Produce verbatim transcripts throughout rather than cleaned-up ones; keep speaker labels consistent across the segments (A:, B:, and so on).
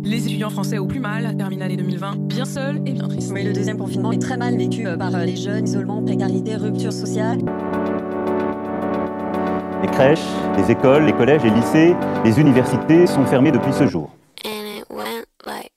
A: Les étudiants français au plus mal terminent l'année deux mille vingt bien seuls et bien tristes.
B: Mais le deuxième confinement est très mal vécu par les jeunes, isolement, précarité, rupture sociale.
C: Les crèches, les écoles, les collèges, les lycées, les universités sont fermés depuis ce jour.
D: And it went like...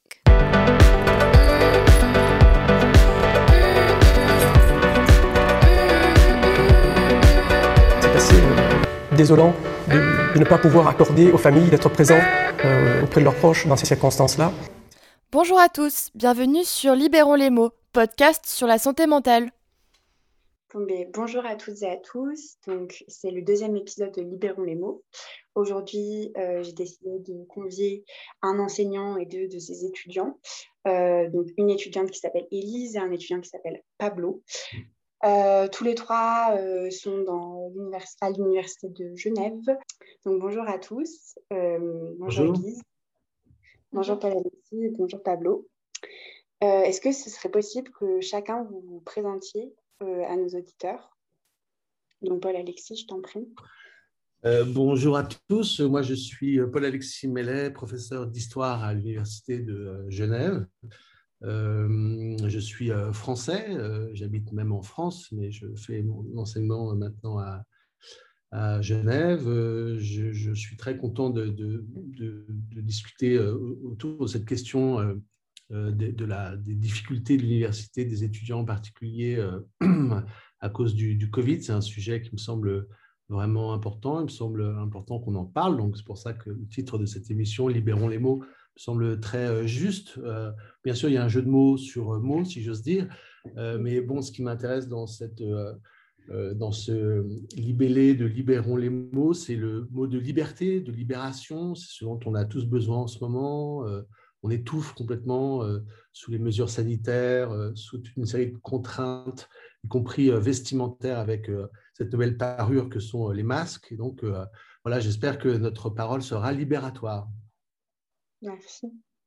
E: C'est assez euh, désolant de, de ne pas pouvoir accorder aux familles d'être présents euh, auprès de leurs proches dans ces circonstances-là.
F: Bonjour à tous, bienvenue sur Libérons les mots, podcast sur la santé mentale.
G: Bon, ben, bonjour à toutes et à tous, donc c'est le deuxième épisode de Libérons les mots. Aujourd'hui, euh, j'ai décidé de convier un enseignant et deux de ses étudiants, euh, donc une étudiante qui s'appelle Élise et un étudiant qui s'appelle Pablo. Euh, tous les trois euh, sont dans l'univers- à l'université de Genève. Donc bonjour à tous, euh, bonjour,
H: Bonjour.
G: Élise, bonjour Paul-Alexis et bonjour Pablo. Euh, est-ce que ce serait possible que chacun vous vous présentiez euh, à nos auditeurs? Donc Paul-Alexis, je t'en prie.
H: Euh, bonjour à tous, moi je suis Paul-Alexis Mellet, professeur d'histoire à l'université de euh, Genève. Euh, je suis euh, français, euh, j'habite même en France, mais je fais mon enseignement maintenant à, à Genève. Euh, je, je suis très content de, de, de, de discuter euh, autour de cette question euh, euh, de, de la, des difficultés de l'université, des étudiants en particulier euh, à cause du, du Covid. C'est un sujet qui me semble vraiment important, il me semble important qu'on en parle, donc c'est pour ça que le titre de cette émission, Libérons les mots, me semble très euh, juste. Euh, bien sûr, il y a un jeu de mots sur euh, mots, si j'ose dire, euh, mais bon, ce qui m'intéresse dans, cette, euh, euh, dans ce libellé de Libérons les mots, c'est le mot de liberté, de libération, c'est ce dont on a tous besoin en ce moment. Euh, on étouffe complètement euh, sous les mesures sanitaires, euh, sous toute une série de contraintes, y compris euh, vestimentaires avec euh, cette nouvelle parure que sont euh, les masques. Et donc, euh, voilà, j'espère que notre parole sera libératoire.
G: Merci.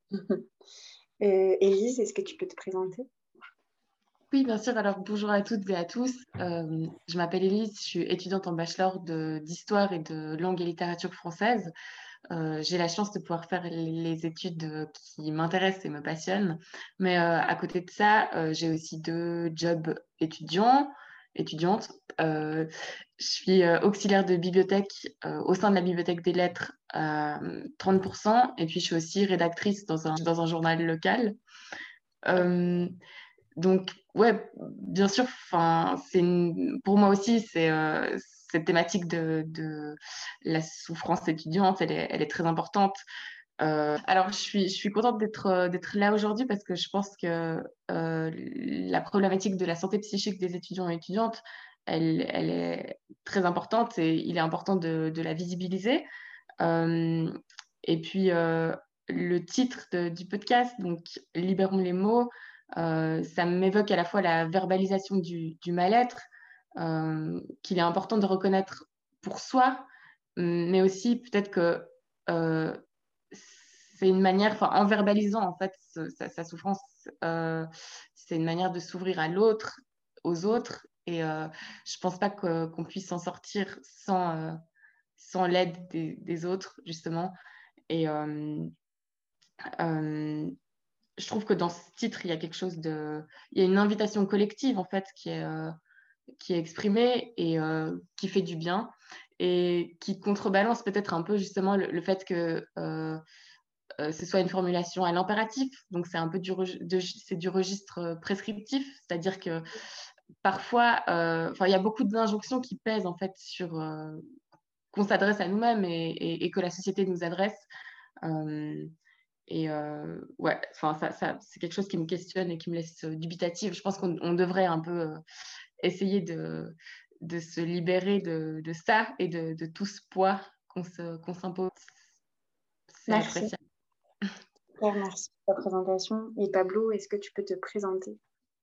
G: Euh, Élise, est-ce que tu peux te présenter?
I: Oui, bien sûr. Alors, bonjour à toutes et à tous. Euh, je m'appelle Élise, je suis étudiante en bachelor de- d'histoire et de langue et littérature française. Euh, j'ai la chance de pouvoir faire les études euh, qui m'intéressent et me passionnent. Mais euh, à côté de ça, euh, j'ai aussi deux jobs étudiants, étudiantes. Euh, je suis euh, auxiliaire de bibliothèque euh, au sein de la Bibliothèque des Lettres à trente pour cent. Et puis, je suis aussi rédactrice dans un, dans un journal local. Euh, donc, ouais, bien sûr, 'fin, c'est une- pour moi aussi, c'est euh, cette thématique de, de la souffrance étudiante, elle est, elle est très importante. Euh, alors, je suis, je suis contente d'être, euh, d'être là aujourd'hui parce que je pense que euh, la problématique de la santé psychique des étudiants et étudiantes, elle, elle est très importante et il est important de, de la visibiliser. Euh, et puis, euh, le titre de- du podcast, donc Libérons les mots, euh, ça m'évoque à la fois la verbalisation du, du mal-être, euh, qu'il est important de reconnaître pour soi, mais aussi peut-être que euh, c'est une manière, enfin, en verbalisant en fait ce- sa, sa souffrance, euh, c'est une manière de s'ouvrir à l'autre, aux autres, et euh, je pense pas que- qu'on puisse s'en sortir sans, euh, sans l'aide des, des autres, justement. Et euh, euh, je trouve que dans ce titre, il y a quelque chose de... Il y a une invitation collective, en fait, qui est, euh, qui est exprimée et euh, qui fait du bien et qui contrebalance peut-être un peu, justement, le, le fait que euh, euh, ce soit une formulation à l'impératif. Donc, c'est un peu du, reg- de- c'est du registre euh, prescriptif, c'est-à-dire que parfois, euh, enfin, il y a beaucoup d'injonctions qui pèsent, en fait, sur... euh, qu'on s'adresse à nous-mêmes et, et- et que la société nous adresse. Euh, et euh, ouais, enfin, ça, ça, c'est quelque chose qui me questionne et qui me laisse euh, dubitative. Je pense qu'on on devrait un peu euh, essayer de, de se libérer de, de ça et de, de tout ce poids qu'on se, qu'on s'impose. C'est
G: Merci.
I: appréciable.
G: Super, merci pour ta présentation. Et Pablo, est-ce que tu peux te présenter?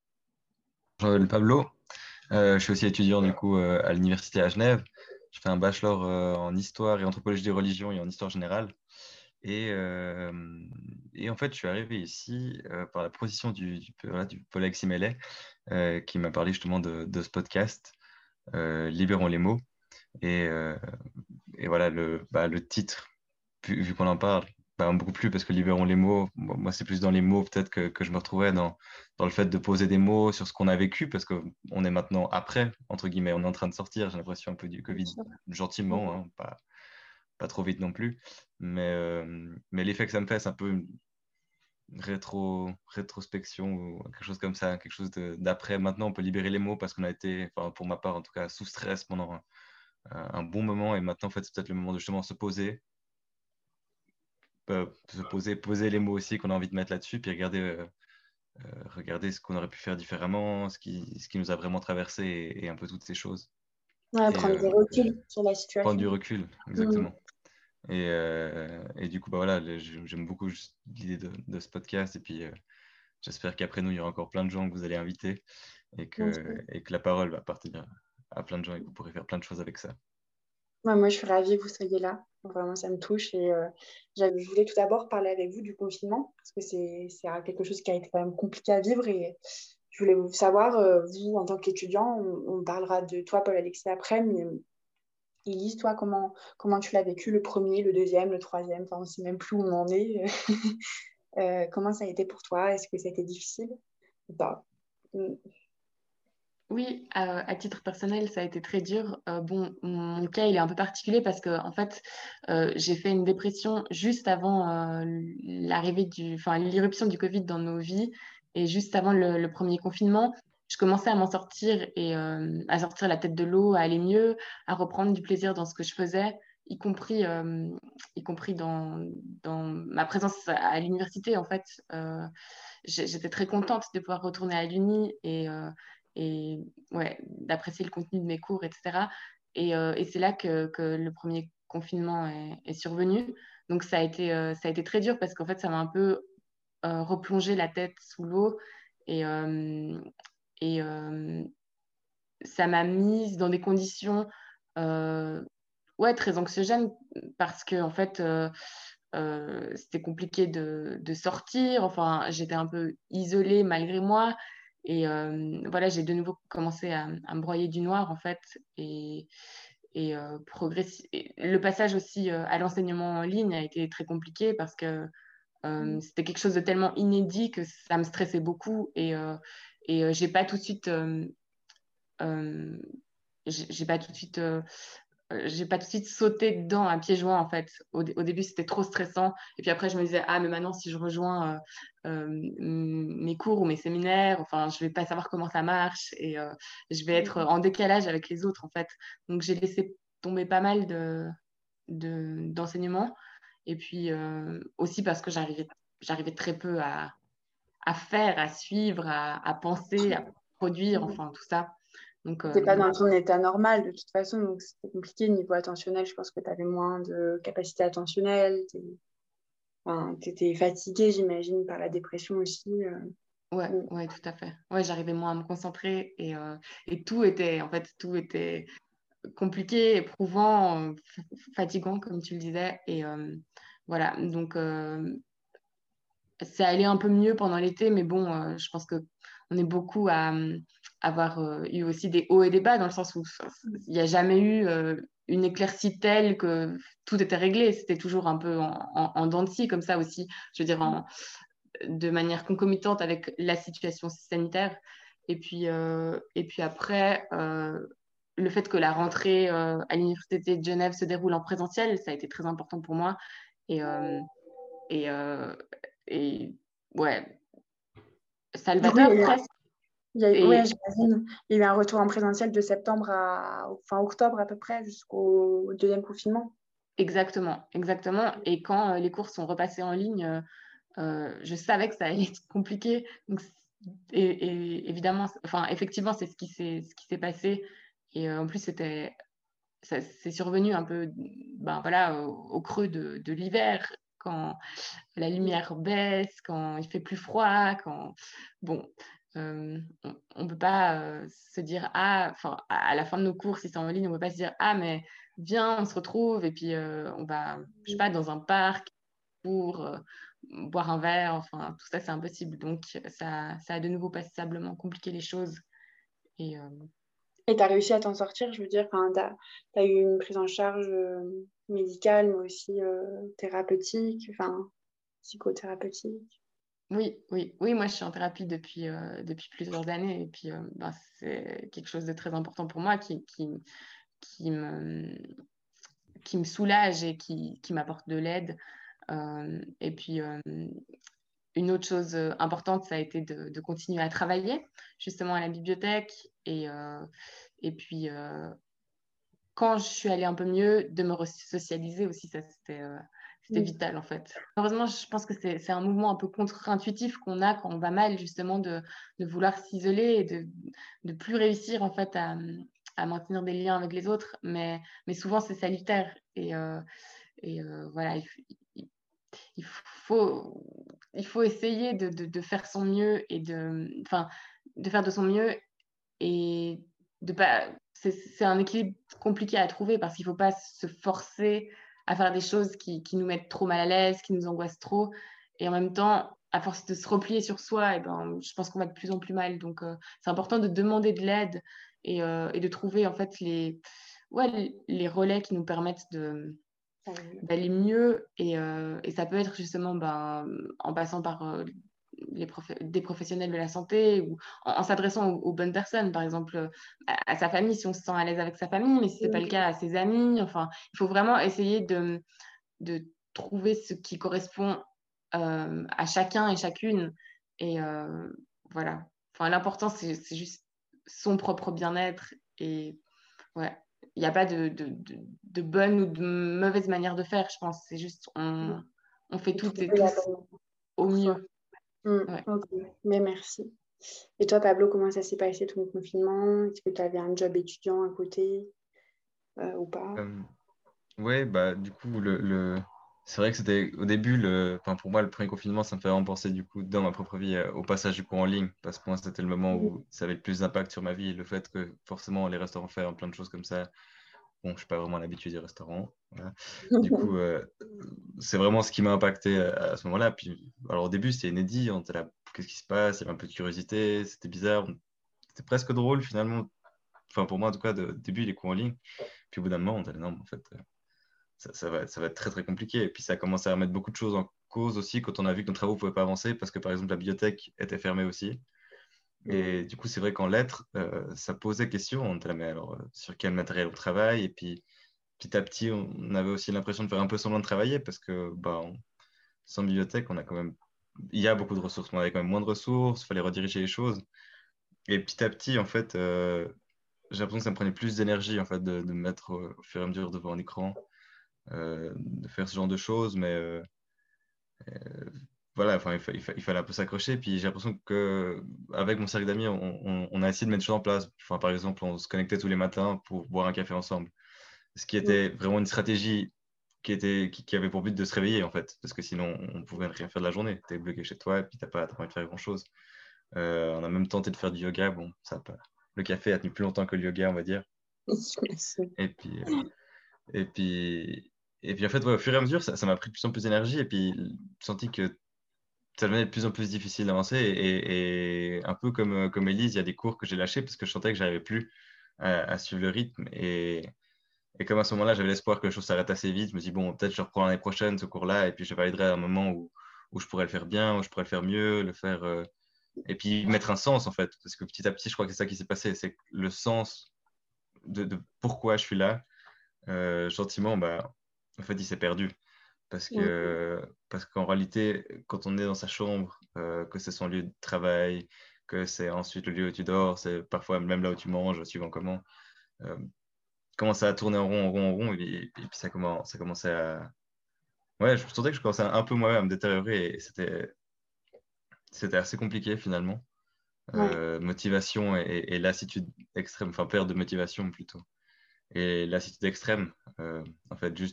J: Je m'appelle Pablo. Euh, je suis aussi étudiant du coup euh, à l'université à Genève. Je fais un bachelor euh, en histoire et anthropologie des religions et en histoire générale. Et, euh, et en fait, je suis arrivé ici euh, par la proposition du, du, voilà, du Paul-Alexis Mellet, euh, qui m'a parlé justement de, de ce podcast, euh, Libérons les mots. Et, euh, et voilà, le, bah, le titre, vu, vu qu'on en parle, bah, beaucoup plus parce que libérons les mots. Moi, moi, c'est plus dans les mots peut-être que, que je me retrouvais dans, dans le fait de poser des mots sur ce qu'on a vécu parce qu'on est maintenant après, entre guillemets, on est en train de sortir, j'ai l'impression un peu du Covid, gentiment, hein, pas, pas trop vite non plus. Mais, euh, mais l'effet que ça me fait, c'est un peu une rétro, rétrospection ou quelque chose comme ça, quelque chose de- d'après. Maintenant, on peut libérer les mots parce qu'on a été, enfin, pour ma part en tout cas, sous stress pendant un, un bon moment et maintenant, en fait, c'est peut-être le moment de justement se poser euh, se poser, poser les mots aussi qu'on a envie de mettre là-dessus, puis regarder, euh, euh, regarder ce qu'on aurait pu faire différemment, ce qui, ce qui nous a vraiment traversé et, et un peu toutes ces choses.
G: Ouais,
J: Et
G: prendre du
J: euh,
G: recul sur la
J: prendre
G: situation.
J: du recul,
G: Mm.
J: exactement. Et, euh, et du coup, bah voilà, le- j'aime beaucoup juste l'idée de, de ce podcast. Et puis, euh, j'espère qu'après nous, il y aura encore plein de gens que vous allez inviter et
G: Merci.
J: que, et que la parole va partir à plein de gens et que vous pourrez faire plein de choses avec ça.
G: Ouais, moi, je suis ravie que vous soyez là. Vraiment, ça me touche. Et euh, j'avais- je voulais tout d'abord parler avec vous du confinement, parce que c'est c'est quelque chose qui a été quand même compliqué à vivre. Et je voulais vous savoir, euh, vous, en tant qu'étudiant, on, on parlera de toi, Paul-Alexis, après, mais euh, Élise, toi, comment, comment tu l'as vécu, le premier, le deuxième, le troisième, enfin, on ne sait même plus où on en est. Euh, comment ça a été pour toi? Est-ce que ça a été difficile ou pas? Mm.
I: Oui, à, à titre personnel, ça a été très dur. Euh, bon, mon cas, il est un peu particulier parce que, en fait, euh, j'ai fait une dépression juste avant euh, l'arrivée du, enfin, l'irruption du Covid dans nos vies et juste avant le, le premier confinement. Je commençais à m'en sortir et euh, à sortir la tête de l'eau, à aller mieux, à reprendre du plaisir dans ce que je faisais, y compris, euh, y compris dans, dans ma présence à l'université, en fait. Euh, j'ai- j'étais très contente de pouvoir retourner à l'uni et, euh, et ouais, d'apprécier le contenu de mes cours, et cetera. Et, euh, et c'est là que, que le premier confinement est, est survenu. Donc ça a été, euh, ça a été très dur parce qu'en fait, ça m'a un peu euh, replongé la tête sous l'eau et, euh, et euh, ça m'a mise dans des conditions euh, ouais, très anxiogènes parce que en fait, euh, euh, c'était compliqué de, de sortir. Enfin, j'étais un peu isolée malgré moi. Et euh, voilà, j'ai de nouveau commencé à, à me broyer du noir, en fait. Et, et, euh, progressi- et le passage aussi euh, à l'enseignement en ligne a été très compliqué parce que euh, c'était quelque chose de tellement inédit que ça me stressait beaucoup. Et, euh, et euh, j'ai pas tout de suite... euh, euh, j'ai j'ai pas tout de suite euh, euh, j'ai pas tout de suite sauté dedans à pieds joints en fait. Au, dé- au début, c'était trop stressant. Et puis après, je me disais, ah, mais maintenant, si je rejoins euh, euh, m- mes cours ou mes séminaires, enfin, je vais pas savoir comment ça marche et euh, je vais être en décalage avec les autres en fait. Donc, j'ai laissé tomber pas mal de, de, d'enseignements. Et puis euh, aussi parce que j'arrivais, j'arrivais très peu à, à faire, à suivre, à, à penser, à produire, enfin, tout ça. Donc,
G: T'es pas
I: euh,
G: dans ton état normal de toute façon, donc c'était compliqué niveau attentionnel. Je pense que tu avais moins de capacité attentionnelle. T'es- Enfin, tu étais fatiguée, j'imagine, par la dépression aussi. euh.
I: Ouais,
G: Mm.
I: ouais, tout à fait. Ouais, j'arrivais moins à me concentrer et, euh, et tout était, en fait, tout était compliqué, éprouvant, euh, f- fatigant, comme tu le disais. Et euh, voilà, donc euh, c'est allé un peu mieux pendant l'été, mais bon, euh, je pense que on est beaucoup à euh, avoir euh, eu aussi des hauts et des bas, dans le sens où il n'y a jamais eu euh, une éclaircie telle que tout était réglé. C'était toujours un peu en, en, en dents de scie, comme ça aussi. Je veux dire, en, de manière concomitante avec la situation sanitaire. Et puis, euh, et puis après, euh, le fait que la rentrée euh, à l'Université de Genève se déroule en présentiel, ça a été très important pour moi. Et, euh, et, euh, et ouais,
G: Du coup, il y a
I: salvateur
G: eu un,
I: presque.
G: il y a eu- ouais,
I: Et
G: j'imagine, il y a eu un retour en présentiel de septembre à fin octobre à peu près jusqu'au deuxième confinement.
I: exactement, exactement. Et quand euh, les cours sont repassés en ligne, euh, euh, je savais que ça allait être compliqué. Donc, et, et évidemment, enfin, effectivement, c'est ce qui s'est ce qui s'est passé. Et euh, en plus, c'était ça c'est survenu un peu ben voilà, au, au creux de, de l'hiver, quand la lumière baisse, quand il fait plus froid, quand bon, euh, on ne peut pas euh, se dire ah, enfin à la fin de nos cours, si c'est en ligne, on ne peut pas se dire ah mais viens, on se retrouve et puis euh, on va, je sais pas, dans un parc pour euh, boire un verre, enfin tout ça c'est impossible. Donc ça, ça a de nouveau passablement compliqué les choses et, euh,
G: Et tu as réussi à t'en sortir, je veux dire, tu as eu une prise en charge euh, médicale, mais aussi euh, thérapeutique, enfin, psychothérapeutique.
I: Oui, oui, oui, moi je suis en thérapie depuis, euh, depuis plusieurs années et puis euh, ben, c'est quelque chose de très important pour moi qui, qui, qui me, qui me soulage et qui, qui m'apporte de l'aide. Euh, et puis euh, une autre chose euh, importante, ça a été de, de continuer à travailler justement à la bibliothèque et, euh, et puis euh, quand je suis allée un peu mieux, de me socialiser aussi, ça c'était euh, c'était
G: Mm.
I: vital en fait. Heureusement, je pense que c'est c'est un mouvement un peu contre-intuitif qu'on a quand on va mal, justement, de, de vouloir s'isoler et de ne plus réussir en fait à, à maintenir des liens avec les autres, mais, mais souvent c'est salutaire. Et, euh, et euh, voilà, il, il, il faut, il faut essayer de, de, de faire son mieux et de, enfin, de faire de son mieux et de pas. C'est c'est un équilibre compliqué à trouver parce qu'il ne faut pas se forcer à faire des choses qui, qui nous mettent trop mal à l'aise, qui nous angoissent trop. Et en même temps, à force de se replier sur soi, et ben, je pense qu'on va de plus en plus mal. Donc, euh, c'est important de demander de l'aide et, euh, et de trouver en fait les, ouais, les, les relais qui nous permettent de, d'aller mieux. Et, euh, et ça peut être justement ben, en passant par euh, les prof... des professionnels de la santé ou en, en s'adressant aux, aux bonnes personnes, par exemple à, à sa famille, si on se sent à l'aise avec sa famille, mais si ce n'est pas le cas, à ses amis. Enfin, il faut vraiment essayer de, de trouver ce qui correspond euh, à chacun et chacune. Et euh, voilà. Enfin, l'important, c'est, c'est juste son propre bien-être. Et ouais, il n'y a pas de, de, de, de bonne ou de mauvaise manière de faire, je pense. C'est juste, on, on fait toutes et tous au mieux.
G: Mmh,
I: ouais.
G: Ok, mais merci. Et toi, Pablo, comment ça s'est passé ton confinement? Est-ce que tu avais un job étudiant à côté euh, ou pas?
J: Euh, ouais, bah, du coup, le, le... c'est vrai que c'était au début, le... enfin, pour moi, le premier confinement, ça me fait vraiment penser, du coup, dans ma propre vie, euh, au passage du cours en ligne, parce que moi, c'était le moment où ça avait le plus d'impact sur ma vie, le fait que forcément, les restaurants ferment, plein de choses comme ça. Bon, je suis pas vraiment l'habitude des restaurants. Voilà. Du coup, euh, c'est vraiment ce qui m'a impacté à, à ce moment-là. Puis, alors au début, c'était inédit. On était là, qu'est-ce qui se passe? Il y avait un peu de curiosité. C'était bizarre. C'était presque drôle finalement. Enfin, pour moi, en tout cas, de- au début, les cours en ligne. Puis au bout d'un moment, on était là, non, mais en fait, euh, ça, ça va, ça va être très, très compliqué. Et puis, ça a commencé à remettre beaucoup de choses en cause aussi quand on a vu que nos travaux ne pouvaient pas avancer parce que, par exemple, la bibliothèque était fermée aussi. Et du coup, c'est vrai qu'en lettres, euh, ça posait question. On était là, mais alors, euh, sur quel matériel on travaille? Et puis, petit à petit, on avait aussi l'impression de faire un peu semblant de travailler parce que bah, on- sans bibliothèque, on a quand même, il y a beaucoup de ressources, mais on avait quand même moins de ressources, il fallait rediriger les choses. Et petit à petit, en fait, euh, j'ai l'impression que ça me prenait plus d'énergie en fait, de, de me mettre euh, au fur et à mesure devant un écran, euh, de faire ce genre de choses, mais euh, euh, voilà, enfin, il, fa- il fa- il fallait un peu s'accrocher. Puis j'ai l'impression qu'avec mon cercle d'amis, on, on- on a essayé de mettre des choses en place. Enfin, par exemple, on se connectait tous les matins pour boire un café ensemble. Ce qui était vraiment une stratégie qui, était, qui, qui avait pour but de se réveiller, en fait, parce que sinon, on pouvait rien faire de la journée. Tu es bloqué chez toi et puis tu n'as pas, t'as pas envie de faire grand-chose. Euh, on a même tenté de faire du yoga. Bon, ça a pas... Le café a tenu plus longtemps que le yoga, on va dire. Et puis, euh, et puis, et puis en fait, ouais, au fur et à mesure, ça, ça m'a pris de plus en plus d'énergie et puis j'ai senti que ça devenait de plus en plus difficile d'avancer. Et, et un peu comme, euh, comme Élise, il y a des cours que j'ai lâchés parce que je sentais que j'arrivais plus à, à suivre le rythme. Et, et comme à ce moment-là, j'avais l'espoir que les choses s'arrêtent assez vite, je me dis, bon, peut-être je reprends l'année prochaine ce cours-là, et puis je validerai à un moment où, où je pourrais le faire bien, où je pourrais le faire mieux, le faire. euh, Et puis mettre un sens, en fait. Parce que petit à petit, je crois que c'est ça qui s'est passé. C'est que le sens de, de pourquoi je suis là, euh, gentiment, bah, en fait, il s'est perdu. Parce que, parce qu'en réalité, quand on est dans sa chambre, euh, que c'est son lieu de travail, que c'est ensuite le lieu où tu dors, c'est parfois même là où tu manges, suivant comment. euh, commençait à tourner en rond, en rond, en rond, et, et puis ça, commence, ça commençait à... Ouais, je sentais que je commençais un peu moi-même à me détériorer, et c'était, c'était assez compliqué finalement.
G: Ouais.
J: Euh, motivation et, et lassitude extrême, enfin perte de motivation plutôt. Et lassitude extrême, euh, en fait, juste,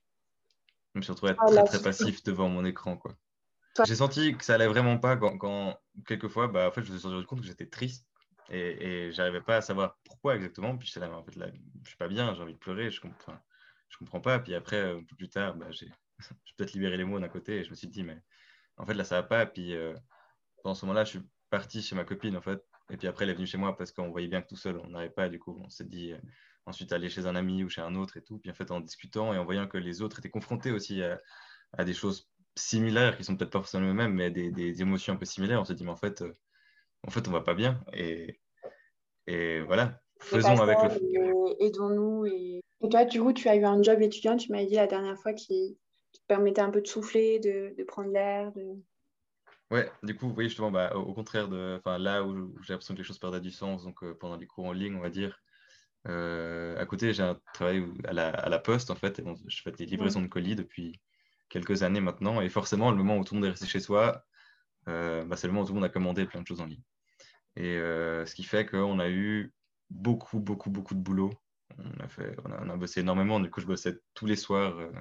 J: je me suis retrouvé à être
G: Ah,
J: très
G: là,
J: très passif devant mon écran, quoi. J'ai senti que ça allait vraiment pas quand, quand quelquefois, bah, en fait, je me suis rendu compte que j'étais triste et, et j'arrivais pas à savoir pourquoi exactement. Puis j'étais là, mais en fait, là, je suis pas bien, j'ai envie de pleurer, je comprends, je comprends pas. Puis après, euh, un peu plus tard, bah, j'ai j'ai peut-être libéré les mots d'un côté et je me suis dit, mais en fait, là, ça va pas. Puis euh, pendant ce moment-là, je suis parti chez ma copine, en fait, Et puis après, elle est venue chez moi parce qu'on voyait bien que tout seul, on n'arrivait pas. Du coup, on s'est dit euh, ensuite aller chez un ami ou chez un autre et tout. Puis en fait, en discutant et en voyant que les autres étaient confrontés aussi à, à des choses similaires, qui sont peut-être pas forcément les mêmes, mais des, des émotions un peu similaires, on s'est dit, mais en fait, euh, en fait, on va pas bien. Et, et voilà, faisons avec le...
G: Et aidons-nous. Et... et toi, du coup, tu as eu un job étudiant, tu m'as dit la dernière fois, qui, qui te permettait un peu de souffler, de, de prendre l'air. De...
J: Ouais, du coup, oui, justement, bah, au, au contraire de là où j'ai l'impression que les choses perdaient du sens, donc euh, pendant les cours en ligne, on va dire. Euh, à côté, j'ai un travail à la, à la poste, en fait, et bon, je fais des livraisons de colis depuis quelques années maintenant, et forcément, le moment où tout le monde est resté chez soi, euh, bah, c'est le moment où tout le monde a commandé plein de choses en ligne. Et euh, ce qui fait qu'on a eu beaucoup, beaucoup, beaucoup de boulot. On a, fait, on a, on a bossé énormément, du coup, je bossais tous les soirs euh,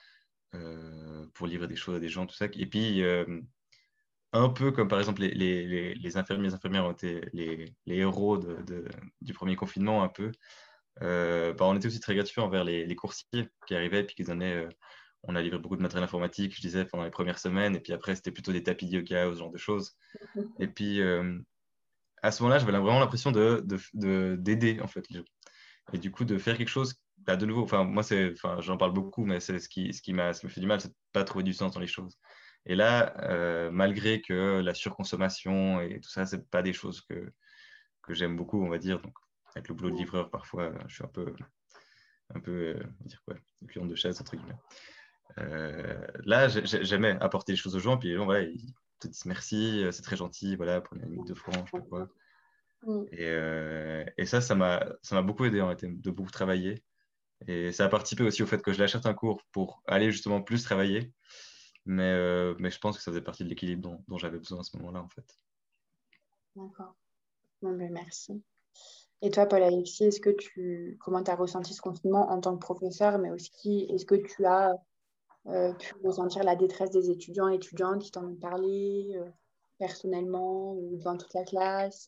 J: euh, pour livrer des choses à des gens, tout ça. Et puis, euh, un peu comme par exemple les, les, les, les infirmiers et les infirmières ont été les, les héros de, de, du premier confinement un peu. Euh, bah, on était aussi très gratifiés envers les, les coursiers qui arrivaient et puis qu'ils donnaient, euh, on a livré beaucoup de matériel informatique, je disais, pendant les premières semaines, et puis après c'était plutôt des tapis de yoga, ce genre de choses. Et puis euh, à ce moment-là, j'avais vraiment l'impression de, de, de, d'aider en fait les gens. Et du coup, de faire quelque chose, bah, de nouveau, enfin moi c'est, enfin j'en parle beaucoup, mais c'est ce qui, ce qui m'a, ce qui me fait du mal, c'est de pas trouver du sens dans les choses. Et là, euh, malgré que la surconsommation et tout ça, c'est pas des choses que, que j'aime beaucoup, on va dire. Donc, avec le boulot de livreur, parfois, je suis un peu, un peu, euh, on va dire quoi, une cliente de chaise, entre guillemets. Euh, là, j'aimais apporter les choses aux gens, puis les gens, voilà, ils te disent merci, c'est très gentil, voilà, prenez une limite de francs, je sais pas quoi. Et, euh, et ça, ça m'a, ça m'a beaucoup aidé, en fait, de beaucoup travailler. Et ça a participé aussi au fait que je lâche certains cours pour aller justement plus travailler. Mais, euh, mais je pense que ça faisait partie de l'équilibre dont, dont j'avais besoin à ce moment-là, en fait.
G: D'accord. Bon, ben, merci. Et toi, Paul-Alexis, est-ce que tu, comment tu as ressenti ce confinement en tant que professeur, mais aussi, est-ce que tu as euh, pu ressentir la détresse des étudiants et étudiantes qui t'en ont parlé euh, personnellement ou devant toute la classe?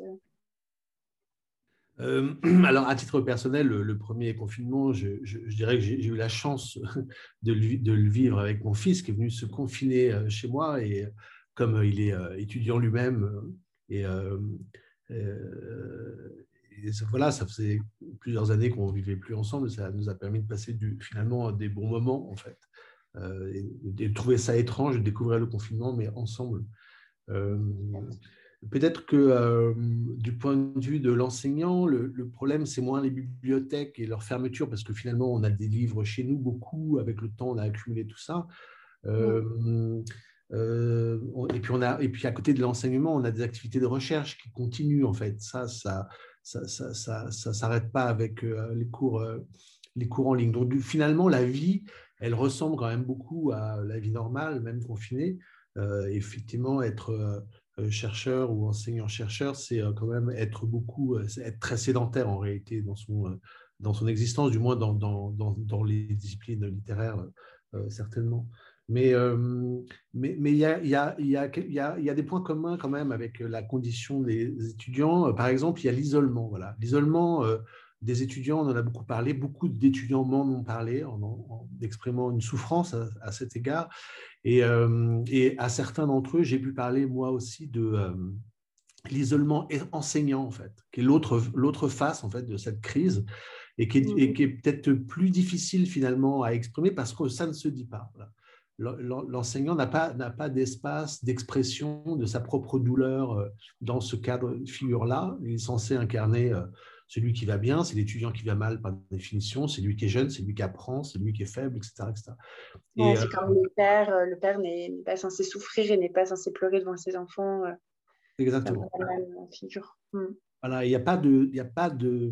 H: Euh, alors, à titre personnel, le, le premier confinement, je, je, je dirais que j'ai eu la chance de le, de le vivre avec mon fils qui est venu se confiner chez moi. Et comme il est étudiant lui-même, et, euh, et voilà, ça faisait plusieurs années qu'on ne vivait plus ensemble. Ça nous a permis de passer du, finalement des bons moments, en fait. Euh, et, et de trouver ça étrange de découvrir le confinement, mais ensemble. Euh, Peut-être que euh, du point de vue de l'enseignant, le, le problème, c'est moins les bibliothèques et leur fermeture, parce que finalement, on a des livres chez nous, beaucoup, avec le temps, on a accumulé tout ça. Euh, euh, et, puis on a, et puis à côté de l'enseignement, on a des activités de recherche qui continuent, en fait. Ça, ça ça, ça, ça, ça s'arrête pas avec euh, les, cours, euh, les cours en ligne. Donc, finalement, la vie, elle ressemble quand même beaucoup à la vie normale, même confinée. Euh, effectivement, être... Euh, chercheur ou enseignant-chercheur, c'est quand même être beaucoup, être très sédentaire en réalité dans son, dans son existence, du moins dans, dans, dans, dans les disciplines littéraires, euh, certainement. Mais euh, mais mais il y a, y, a, y, a, y, a, y a des points communs quand même avec la condition des étudiants. Par exemple, il y a l'isolement. Voilà. L'isolement euh, des étudiants, on en a beaucoup parlé. Beaucoup d'étudiants m'en ont parlé en, en exprimant une souffrance à, à cet égard. Et, euh, et à certains d'entre eux, j'ai pu parler moi aussi de euh, l'isolement enseignant, en fait, qui est l'autre, l'autre face en fait, de cette crise et qui est, et qui est peut-être plus difficile finalement à exprimer parce que ça ne se dit pas. Voilà. L'enseignant n'a pas, n'a pas d'espace d'expression de sa propre douleur dans ce cadre de figure-là. Il est censé incarner celui qui va bien, c'est l'étudiant qui va mal par définition, c'est lui qui est jeune, c'est lui qui apprend, c'est lui qui est faible, et cetera et cetera.
G: Ouais, c'est euh, comme le père, le père n'est pas censé souffrir et n'est pas censé pleurer devant ses enfants.
H: Exactement.
G: C'est la même figure. Hmm.
H: Voilà, il n'y a pas, de, il y a pas de,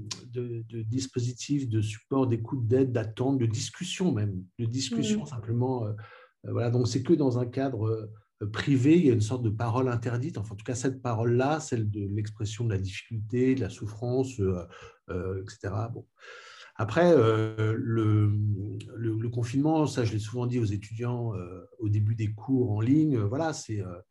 H: de, de dispositif, de support, d'écoute, d'aide, d'attente, de discussion même, de discussion mmh. simplement. Euh, voilà, donc c'est que dans un cadre euh, privé, il y a une sorte de parole interdite. Enfin, en tout cas, cette parole-là, celle de l'expression de la difficulté, de la souffrance, euh, euh, et cetera. Bon. Après, euh, le, le, le confinement, ça je l'ai souvent dit aux étudiants euh, au début des cours en ligne, euh, voilà, c'est, euh,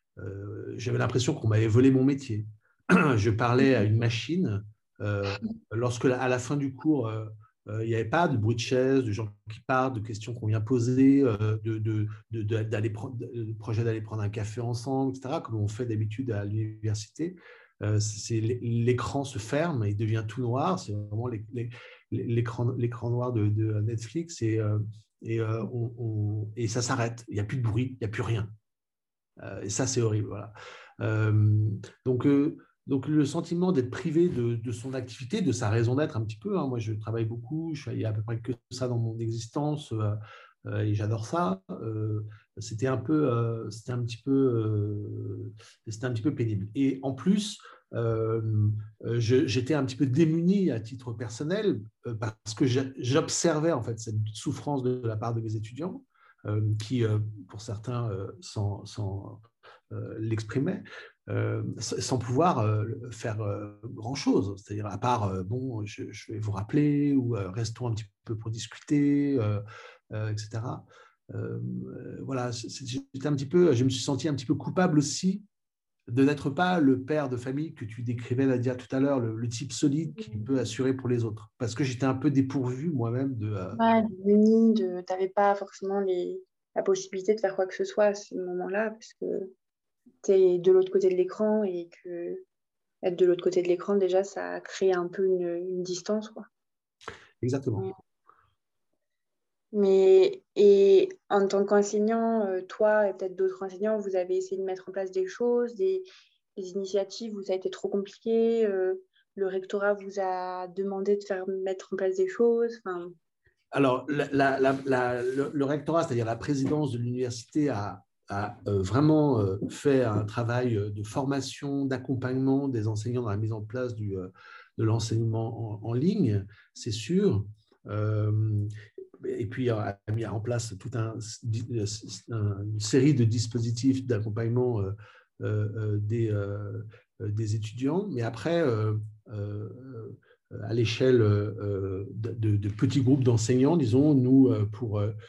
H: euh, j'avais l'impression qu'on m'avait volé mon métier. Je parlais à une machine. Euh, lorsque, à la fin du cours, euh, euh, il n'y avait pas de bruit de chaise, de gens qui parlent, de questions qu'on vient poser, euh, de, de, de, d'aller prendre, de projet d'aller prendre un café ensemble, et cetera, comme on fait d'habitude à l'université. euh, c'est, l'écran se ferme et il devient tout noir. C'est vraiment les, les, l'écran, l'écran noir de, de Netflix et, euh, et, euh, on, on, et ça s'arrête. Il n'y a plus de bruit, il n'y a plus rien. Euh, et ça, c'est horrible. Voilà. Euh, donc, euh, donc, le sentiment d'être privé de, de son activité, de sa raison d'être un petit peu. Hein. Moi, je travaille beaucoup, je fais à peu près que ça dans mon existence euh, euh, et j'adore ça. Euh, c'était un peu, euh, c'était un petit peu, euh, c'était un petit peu pénible. Et en plus, euh, je, j'étais un petit peu démuni à titre personnel euh, parce que j'observais en fait cette souffrance de la part de mes étudiants euh, qui, euh, pour certains, euh, sans, sans euh, l'exprimaient. Euh, sans pouvoir euh, faire euh, grand-chose. C'est-à-dire, à part, euh, bon, je, je vais vous rappeler, ou euh, restons un petit peu pour discuter, euh, euh, et cetera. Euh, voilà, j'étais un petit peu, je me suis senti un petit peu coupable aussi de n'être pas le père de famille que tu décrivais, Nadia, tout à l'heure, le, le type solide qui peut assurer pour les autres. Parce que j'étais un peu dépourvu moi-même de... Euh...
G: Ouais, démuni, de... tu n'avais pas forcément les... la possibilité de faire quoi que ce soit à ce moment-là, parce que tu es de l'autre côté de l'écran et que être de l'autre côté de l'écran, déjà, ça crée un peu une, une distance, quoi.
H: Exactement.
G: Ouais. Mais, et en tant qu'enseignant, euh, toi et peut-être d'autres enseignants, vous avez essayé de mettre en place des choses, des, des initiatives où ça a été trop compliqué, euh, le rectorat vous a demandé de faire mettre en place des choses, enfin...
H: Alors, la, la, la, la, le, le rectorat, c'est-à-dire la présidence de l'université, a, a euh, vraiment euh, fait un travail de formation, d'accompagnement des enseignants dans la mise en place du, euh, de l'enseignement en, en ligne, c'est sûr. Euh, et puis a mis en place toute un, un, une série de dispositifs d'accompagnement euh, euh, des, euh, des étudiants. Mais après, euh, euh, à l'échelle euh, de, de petits groupes d'enseignants, disons, nous, pour euh,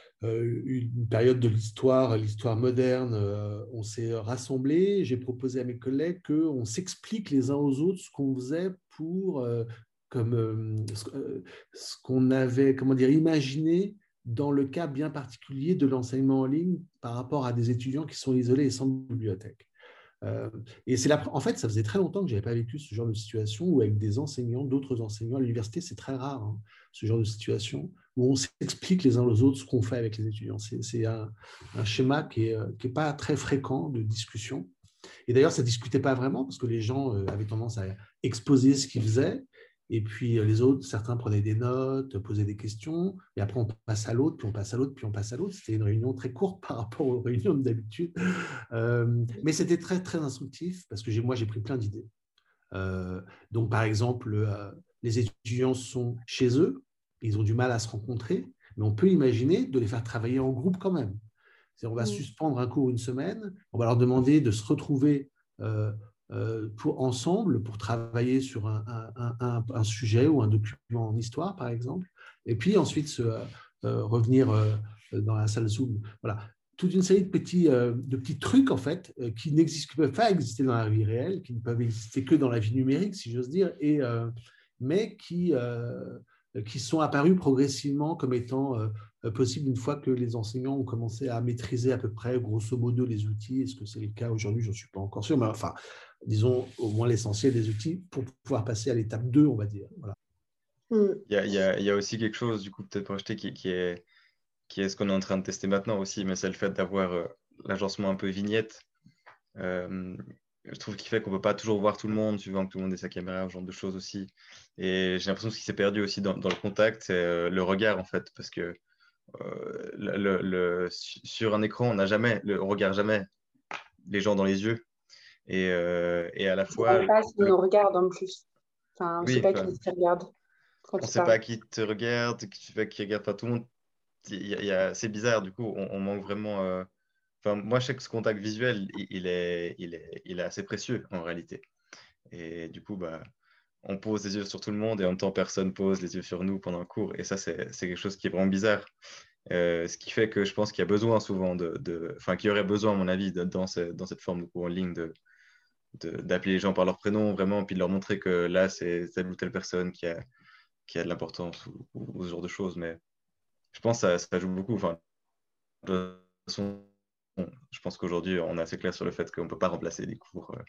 H: une période de l'histoire, l'histoire moderne, euh, on s'est rassemblés. J'ai proposé à mes collègues qu'on s'explique les uns aux autres ce qu'on faisait pour... Euh, comme euh, ce qu'on avait, comment dire, imaginé dans le cas bien particulier de l'enseignement en ligne par rapport à des étudiants qui sont isolés et sans bibliothèque. Euh, et c'est la, en fait, ça faisait très longtemps que je n'avais pas vécu ce genre de situation où avec des enseignants, d'autres enseignants à l'université, c'est très rare, hein, ce genre de situation où on s'explique les uns aux autres ce qu'on fait avec les étudiants. C'est, c'est un, un schéma qui n'est qui est pas très fréquent de discussion. Et d'ailleurs, ça ne discutait pas vraiment parce que les gens avaient tendance à exposer ce qu'ils faisaient. Et puis les autres, certains prenaient des notes, posaient des questions, et après on passe à l'autre, puis on passe à l'autre, puis on passe à l'autre. C'était une réunion très courte par rapport aux réunions d'habitude. Euh, mais c'était très, très instructif, parce que j'ai, moi, j'ai pris plein d'idées. Euh, donc, par exemple, euh, les étudiants sont chez eux, ils ont du mal à se rencontrer, mais on peut imaginer de les faire travailler en groupe quand même. C'est-à-dire, on va mmh. suspendre un cours une semaine, on va leur demander de se retrouver euh, Euh, pour, ensemble pour travailler sur un, un, un, un sujet ou un document en histoire, par exemple, et puis ensuite se, euh, revenir euh, dans la salle Zoom. Voilà. Toute une série de petits, euh, de petits trucs, en fait, euh, qui ne peuvent pas exister dans la vie réelle, qui ne peuvent exister que dans la vie numérique, si j'ose dire, et, euh, mais qui, euh, qui sont apparus progressivement comme étant euh, possibles une fois que les enseignants ont commencé à maîtriser à peu près, grosso modo, les outils. Est-ce que c'est le cas aujourd'hui? Je n'en suis pas encore sûr, mais enfin, disons, au moins l'essentiel des outils pour pouvoir passer à l'étape deux, on va dire. Voilà.
J: Il y a, il y a, il y a aussi quelque chose, du coup, peut-être pour acheter, qui, qui, est, qui est ce qu'on est en train de tester maintenant aussi, mais c'est le fait d'avoir euh, l'agencement un peu vignette. Euh, je trouve qu'il fait qu'on ne peut pas toujours voir tout le monde, suivant que tout le monde ait sa caméra, ce genre de choses aussi. Et j'ai l'impression que ce qui s'est perdu aussi dans, dans le contact, c'est euh, le regard, en fait, parce que euh, le, le, le, sur un écran, on n'a jamais, le, on ne regarde jamais les gens dans les yeux. Et, euh, et à la fois...
G: On ne sait pas si on nous regarde en plus. Enfin, on ne
J: oui,
G: sait pas
J: enfin,
G: qui te regarde.
J: On ne sait pas qui te regarde, qui tu fais, qui regarde pas tout le monde. Il y a, il y a, c'est bizarre, du coup, on, on manque vraiment... Euh... Enfin, moi, je sais que ce contact visuel, il, il, est, il, est, il est assez précieux, en réalité. Et du coup, bah, on pose les yeux sur tout le monde et en même temps, personne pose les yeux sur nous pendant le cours. Et ça, c'est, c'est quelque chose qui est vraiment bizarre. Euh, ce qui fait que je pense qu'il y a besoin souvent de... de... Enfin, qu'il y aurait besoin, à mon avis, de, dans, ce, dans cette forme de cours en ligne, de... De, d'appeler les gens par leur prénom, vraiment, puis de leur montrer que là, c'est telle ou telle personne qui a, qui a de l'importance ou, ou, ou ce genre de choses. Mais je pense que ça, ça joue beaucoup. Enfin, de toute façon, je pense qu'aujourd'hui, on est assez clair sur le fait qu'on ne peut pas remplacer des cours, euh,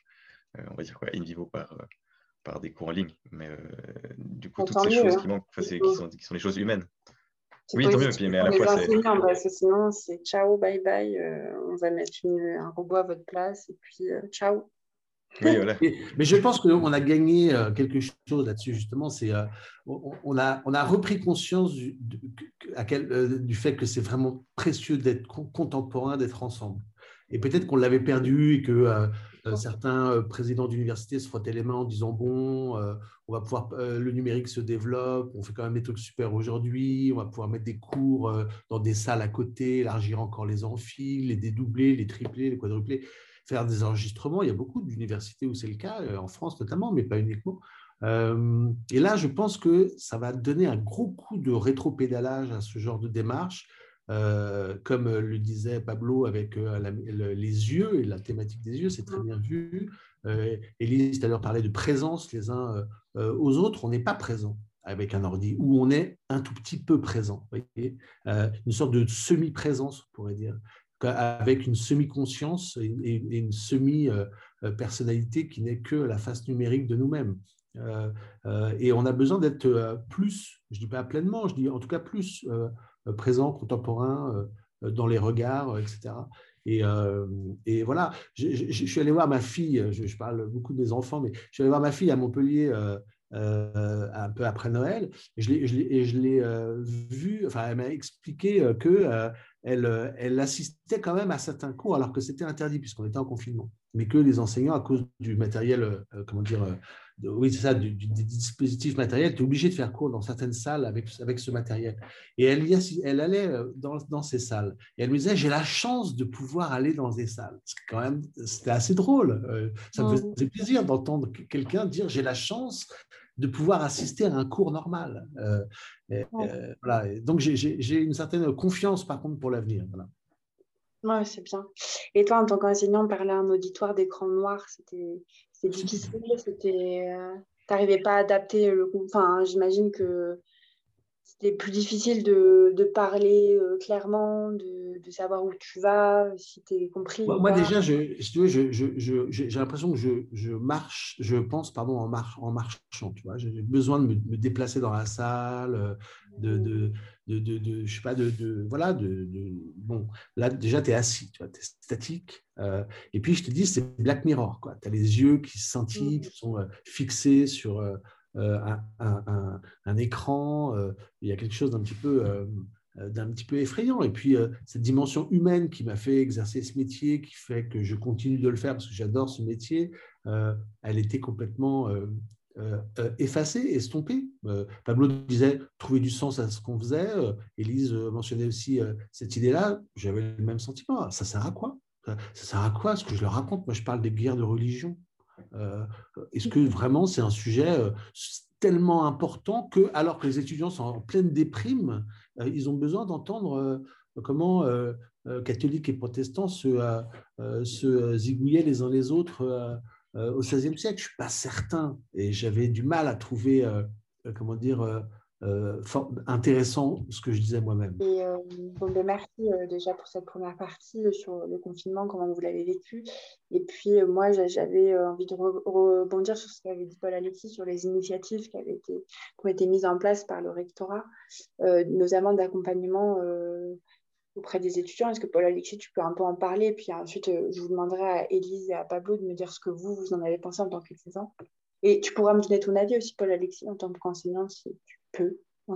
J: euh, on va dire quoi, in vivo par, euh, par des cours en ligne. Mais euh, du coup,
G: Bon,
J: toutes
G: tant
J: ces
G: mieux,
J: choses
G: hein.
J: qui manquent, enfin,
G: Il
J: c'est-
G: faut-
J: qui, sont, qui sont des choses humaines.
G: C'est
J: Oui, tant mieux.
G: positif
J: Puis, mais à
G: pour
J: la
G: les
J: fois, c'est.
G: enseignants, parce que sinon, c'est ciao, bye bye, euh, on va mettre une- un robot à votre place et puis euh, ciao.
J: Oui, voilà.
H: Et- mais je pense qu'on a gagné euh, quelque chose là-dessus, justement. C'est, euh, on, on a, on a repris conscience du, du, à quel- euh, du fait que c'est vraiment précieux d'être con- contemporain, d'être ensemble. Et peut-être qu'on l'avait perdu et que euh, euh, certains euh, présidents d'université se frottaient les mains en disant bon, euh, on va pouvoir, euh, le numérique se développe, on fait quand même des trucs super aujourd'hui, on va pouvoir mettre des cours euh, dans des salles à côté, élargir encore les amphis, les dédoubler, les tripler, les quadrupler, faire des enregistrements. Il y a beaucoup d'universités où c'est le cas, euh, en France notamment, mais pas uniquement. Euh, et là, je pense que ça va donner un gros coup de rétropédalage à ce genre de démarche. Euh, comme le disait Pablo avec euh, la, le, les yeux et la thématique des yeux, c'est très bien vu. Euh, Élise tout à l'heure parlait de présence les uns euh, aux autres. On n'est pas présent avec un ordi, ou on est un tout petit peu présent. Vous voyez, euh, une sorte de semi-présence, on pourrait dire, avec une semi-conscience et, et une semi-personnalité qui n'est que la face numérique de nous-mêmes. Euh, euh, et on a besoin d'être euh, plus, je ne dis pas pleinement, je dis en tout cas plus euh, présent, contemporain, euh, dans les regards, et cetera. Et, euh, et voilà, je, je, je suis allé voir ma fille, je, je parle beaucoup de mes enfants, mais je suis allé voir ma fille à Montpellier euh, euh, un peu après Noël, et je l'ai, je l'ai, et je l'ai euh, vue, enfin elle m'a expliqué euh, que euh, elle, elle assistait quand même à certains cours alors que c'était interdit puisqu'on était en confinement, mais que les enseignants, à cause du matériel, euh, comment dire, euh, de, oui c'est ça, du, du, des dispositifs matériels, étaient obligés de faire cours dans certaines salles avec, avec ce matériel. Et elle, y assi- elle allait dans, dans ces salles. Et elle me disait, j'ai la chance de pouvoir aller dans des salles. C'est quand même, c'était assez drôle. Euh, ça me faisait plaisir d'entendre quelqu'un dire, j'ai la chance de pouvoir assister à un cours normal. Euh, et, euh, voilà. Et donc, j'ai, j'ai, j'ai une certaine confiance, par contre, pour l'avenir. Voilà.
G: Ouais, c'est bien. Et toi, en tant qu'enseignant, parler à un auditoire d'écran noir, c'était, c'était difficile, c'était, euh, t'arrivais pas à adapter le cours. Enfin, j'imagine que c'était plus difficile de, de parler euh, clairement, de, de savoir où tu vas, si tu es compris
H: Moi,
G: ou
H: moi,
G: pas.
H: déjà, je, si tu veux, je, je, je, j'ai l'impression que je, je marche, je pense, pardon, en, marche, en marchant. Tu vois, j'ai besoin de me, me déplacer dans la salle, de, de, de, de, de je sais pas, de, de voilà, de, de bon, là déjà, tu es assis, tu vois, tu es statique. Euh, et puis, je te dis, c'est Black Mirror, quoi. Tu as les yeux qui scintillent, qui sont euh, fixés sur euh, un, un, un, un écran. Euh, il y a quelque chose d'un petit peu. Euh, d'un petit peu effrayant. Et puis, euh, cette dimension humaine qui m'a fait exercer ce métier, qui fait que je continue de le faire parce que j'adore ce métier, euh, elle était complètement euh, euh, effacée, estompée. Euh, Pablo disait trouver du sens à ce qu'on faisait. Euh, Élise mentionnait aussi euh, cette idée-là. J'avais le même sentiment. Ça sert à quoi? Ça, ça sert à quoi ce que je leur raconte? Moi, je parle des guerres de religion. Euh, Est-ce que vraiment c'est un sujet euh, tellement important que, alors que les étudiants sont en pleine déprime, euh, ils ont besoin d'entendre euh, comment euh, euh, catholiques et protestants se, euh, euh, se zigouillaient les uns les autres euh, euh, au seizième siècle? Je ne suis pas certain. Et j'avais du mal à trouver, euh, comment dire, euh, euh, fort, intéressant ce que je disais moi-même.
G: Et euh, bon, ben merci euh, déjà pour cette première partie euh, sur le confinement, comment vous l'avez vécu. Et puis euh, moi, j'avais euh, envie de re rebondir sur ce qu'avait dit Paul Alexis sur les initiatives qui, avaient été, qui ont été mises en place par le rectorat, euh, notamment d'accompagnement euh, auprès des étudiants. Est-ce que Paul Alexis, tu peux un peu en parler? Et puis ensuite, euh, je vous demanderai à Élise et à Pablo de me dire ce que vous, vous en avez pensé en tant qu'étudiant. Et tu pourras me donner ton avis aussi, Paul Alexis, en tant qu'enseignant, si tu peux. Ouais.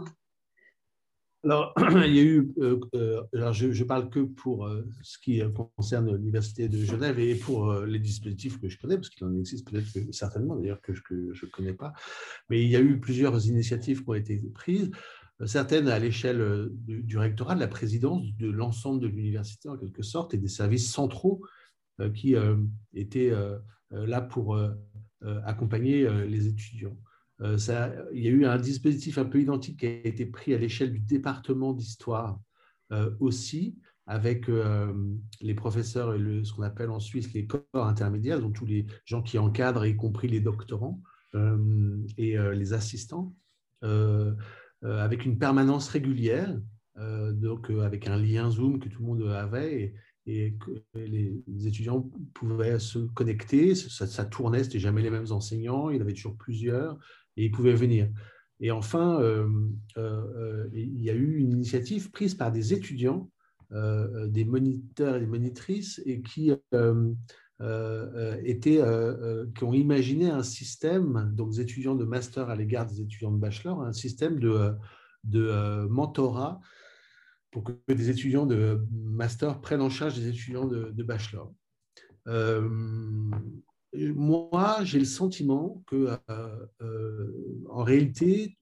H: Alors, il y a eu, euh, euh, alors je ne parle que pour euh, ce qui concerne l'Université de Genève et pour euh, les dispositifs que je connais, parce qu'il en existe peut-être que, certainement d'ailleurs que, que je ne connais pas, mais il y a eu plusieurs initiatives qui ont été prises, certaines à l'échelle du, du rectorat, de la présidence, de l'ensemble de l'université en quelque sorte, et des services centraux euh, qui euh, étaient euh, là pour euh, accompagner euh, les étudiants. Euh, ça, il y a eu un dispositif un peu identique qui a été pris à l'échelle du département d'histoire euh, aussi, avec euh, les professeurs et le, ce qu'on appelle en Suisse les corps intermédiaires, donc tous les gens qui encadrent, y compris les doctorants euh, et euh, les assistants, euh, euh, avec une permanence régulière, euh, donc euh, avec un lien Zoom que tout le monde avait et et que les, les étudiants pouvaient se connecter, ça, ça tournait, ce n'était jamais les mêmes enseignants, il y en avait toujours plusieurs, et ils pouvaient venir. Et enfin, euh, euh, il y a eu une initiative prise par des étudiants, euh, des moniteurs et des monitrices, et qui, euh, euh, étaient, euh, qui ont imaginé un système, donc des étudiants de master à l'égard des étudiants de bachelor, un système de, de euh, mentorat pour que des étudiants de master prennent en charge des étudiants de, de bachelor. Euh, moi, j'ai le sentiment que, euh, euh, en réalité,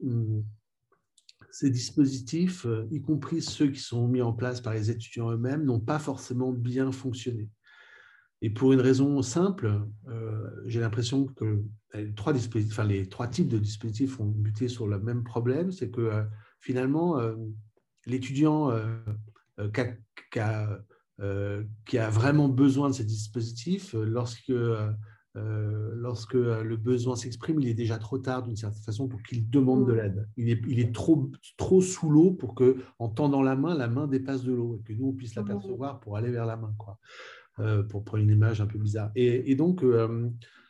H: ces dispositifs, y compris ceux qui sont mis en place par les étudiants eux-mêmes, n'ont pas forcément bien fonctionné. Et pour une raison simple, euh, j'ai l'impression que les trois, dispositifs, enfin, les trois types de dispositifs ont buté sur le même problème, c'est que euh, finalement, euh, l'étudiant euh, qui a, qui a, euh, qui a vraiment besoin de ces dispositifs, lorsque, euh, lorsque le besoin s'exprime, il est déjà trop tard d'une certaine façon pour qu'il demande de l'aide. Il est, il est trop, trop sous l'eau pour qu'en tendant la main, la main dépasse de l'eau et que nous, on puisse l'apercevoir pour aller vers la main, quoi. Euh, pour prendre une image un peu bizarre. Et, et donc, euh,